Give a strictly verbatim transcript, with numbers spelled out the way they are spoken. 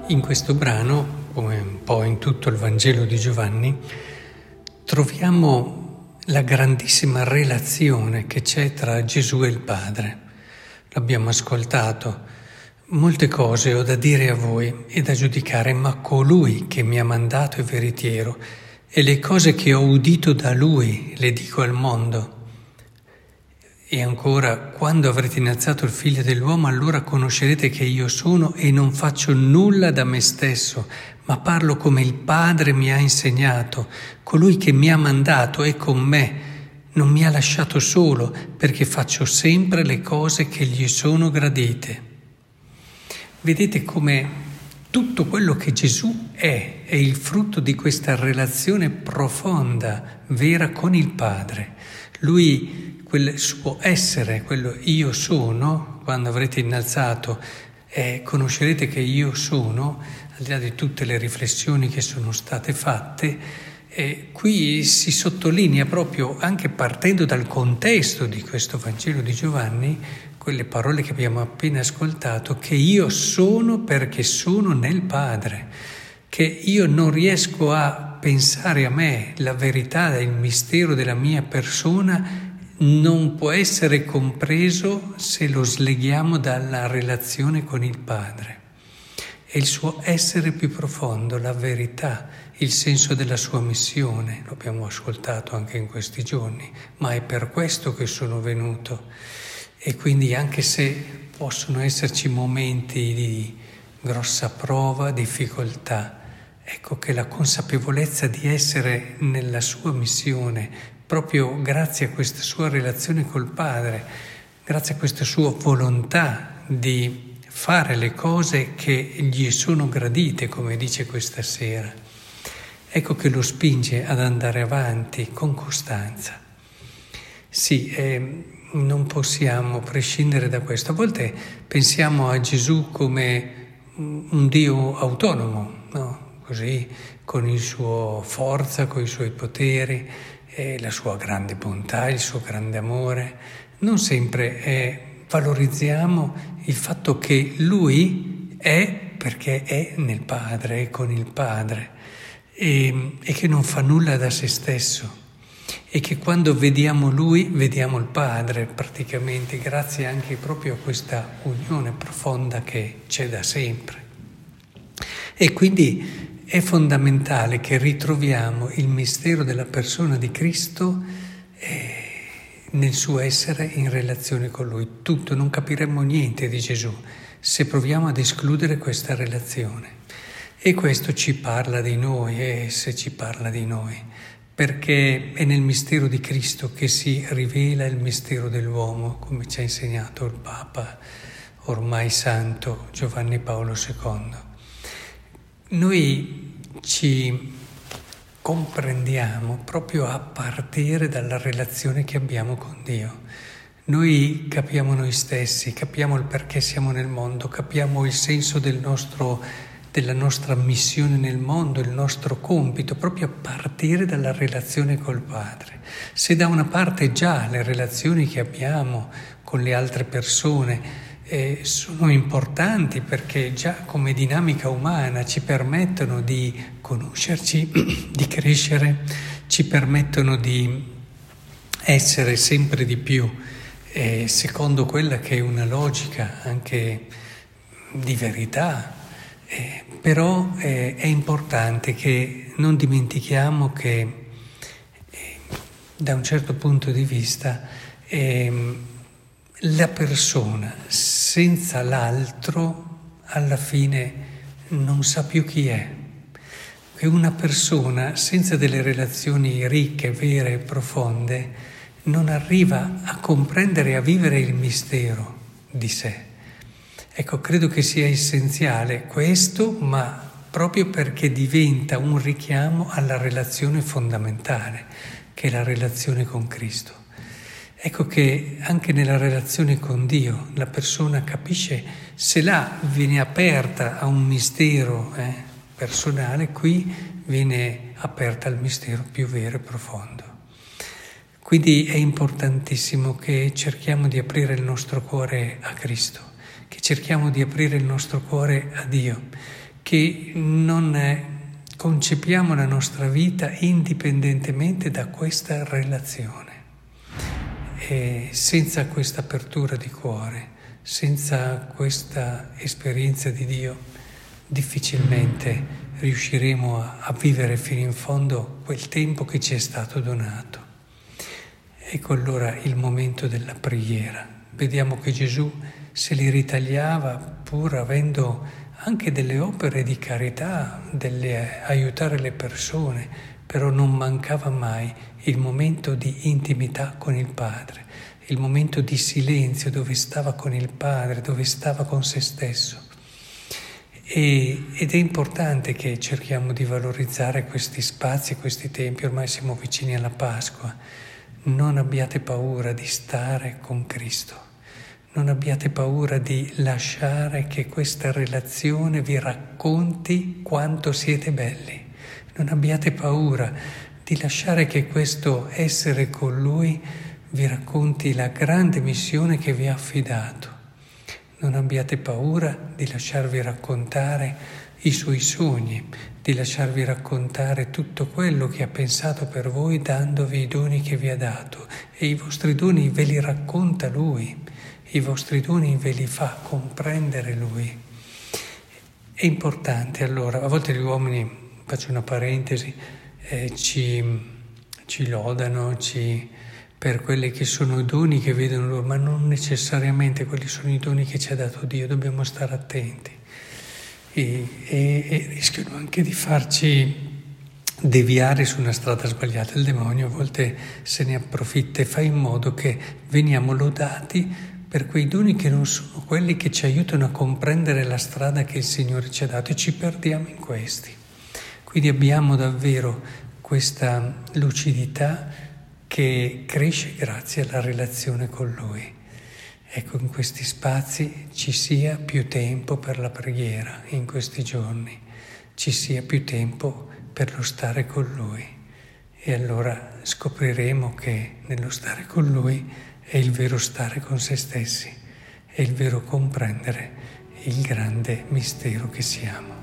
In questo brano, come un po' in tutto il Vangelo di Giovanni, troviamo la grandissima relazione che c'è tra Gesù e il Padre. L'abbiamo ascoltato. Molte cose ho da dire a voi e da giudicare, ma colui che mi ha mandato è veritiero e le cose che ho udito da lui le dico al mondo. E ancora, quando avrete innalzato il Figlio dell'uomo, allora conoscerete che io sono e non faccio nulla da me stesso, ma parlo come il Padre mi ha insegnato. Colui che mi ha mandato è con me, non mi ha lasciato solo, perché faccio sempre le cose che gli sono gradite. Vedete come tutto quello che Gesù è, è il frutto di questa relazione profonda, vera con il Padre. Lui, quel suo essere, quello io sono, quando avrete innalzato, eh, conoscerete che io sono, al di là di tutte le riflessioni che sono state fatte, eh, qui si sottolinea proprio, anche partendo dal contesto di questo Vangelo di Giovanni, quelle parole che abbiamo appena ascoltato, che io sono perché sono nel Padre, che io non riesco a pensare a me la verità, il mistero della mia persona, non può essere compreso se lo sleghiamo dalla relazione con il Padre. È il suo essere più profondo, la verità, il senso della sua missione, lo abbiamo ascoltato anche in questi giorni, ma è per questo che sono venuto. E quindi anche se possono esserci momenti di grossa prova, difficoltà, ecco che la consapevolezza di essere nella sua missione, proprio grazie a questa sua relazione col Padre, grazie a questa sua volontà di fare le cose che gli sono gradite, come dice questa sera, ecco che lo spinge ad andare avanti con costanza. Sì, eh, non possiamo prescindere da questo. A volte pensiamo a Gesù come un Dio autonomo, no? Così, con il suo forza, con i suoi poteri, e la sua grande bontà, il suo grande amore. Non sempre eh, valorizziamo il fatto che Lui è perché è nel Padre, è con il Padre, e, e che non fa nulla da se stesso, e che quando vediamo Lui vediamo il Padre praticamente, grazie anche proprio a questa unione profonda che c'è da sempre. E quindi è fondamentale che ritroviamo il mistero della persona di Cristo eh, nel suo essere in relazione con Lui. Tutto, non capiremmo niente di Gesù se proviamo ad escludere questa relazione. E questo ci parla di noi, e se ci parla di noi, perché è nel mistero di Cristo che si rivela il mistero dell'uomo, come ci ha insegnato il Papa ormai santo Giovanni Paolo secondo. Noi ci comprendiamo proprio a partire dalla relazione che abbiamo con Dio. Noi capiamo noi stessi, capiamo il perché siamo nel mondo, capiamo il senso del nostro, della nostra missione nel mondo, il nostro compito, proprio a partire dalla relazione col Padre. Se da una parte già le relazioni che abbiamo con le altre persone Eh, sono importanti perché già come dinamica umana ci permettono di conoscerci, di crescere, ci permettono di essere sempre di più eh, secondo quella che è una logica anche di verità, eh, però eh, è importante che non dimentichiamo che eh, da un certo punto di vista eh, la persona senza l'altro alla fine non sa più chi è. Che una persona senza delle relazioni ricche, vere e profonde non arriva a comprendere e a vivere il mistero di sé. Ecco, credo che sia essenziale questo, ma proprio perché diventa un richiamo alla relazione fondamentale, che è la relazione con Cristo. Ecco che anche nella relazione con Dio la persona capisce, se là viene aperta a un mistero eh, personale, qui viene aperta al mistero più vero e profondo. Quindi è importantissimo che cerchiamo di aprire il nostro cuore a Cristo, che cerchiamo di aprire il nostro cuore a Dio, che non è, concepiamo la nostra vita indipendentemente da questa relazione. E senza questa apertura di cuore, senza questa esperienza di Dio, difficilmente riusciremo a, a vivere fino in fondo quel tempo che ci è stato donato. Ecco allora il momento della preghiera. Vediamo che Gesù se li ritagliava pur avendo anche delle opere di carità, delle, aiutare le persone, però non mancava mai il momento di intimità con il Padre, il momento di silenzio dove stava con il Padre, dove stava con se stesso. E, ed è importante che cerchiamo di valorizzare questi spazi, questi tempi. Ormai siamo vicini alla Pasqua. Non abbiate paura di stare con Cristo. Non abbiate paura di lasciare che questa relazione vi racconti quanto siete belli. Non abbiate paura di lasciare che questo essere con Lui vi racconti la grande missione che vi ha affidato. Non abbiate paura di lasciarvi raccontare i suoi sogni, di lasciarvi raccontare tutto quello che ha pensato per voi dandovi i doni che vi ha dato. E i vostri doni ve li racconta Lui, i vostri doni ve li fa comprendere Lui. È importante allora, a volte gli uomini, faccio una parentesi, eh, ci, ci lodano, ci... per quelli che sono i doni che vedono loro, ma non necessariamente quelli sono i doni che ci ha dato Dio, dobbiamo stare attenti e, e, e rischiano anche di farci deviare su una strada sbagliata. Il demonio a volte se ne approfitta e fa in modo che veniamo lodati per quei doni che non sono quelli che ci aiutano a comprendere la strada che il Signore ci ha dato, e ci perdiamo in questi. Quindi abbiamo davvero questa lucidità che cresce grazie alla relazione con Lui. Ecco, in questi spazi ci sia più tempo per la preghiera, in questi giorni ci sia più tempo per lo stare con Lui. E allora scopriremo che nello stare con Lui è il vero stare con se stessi, è il vero comprendere il grande mistero che siamo.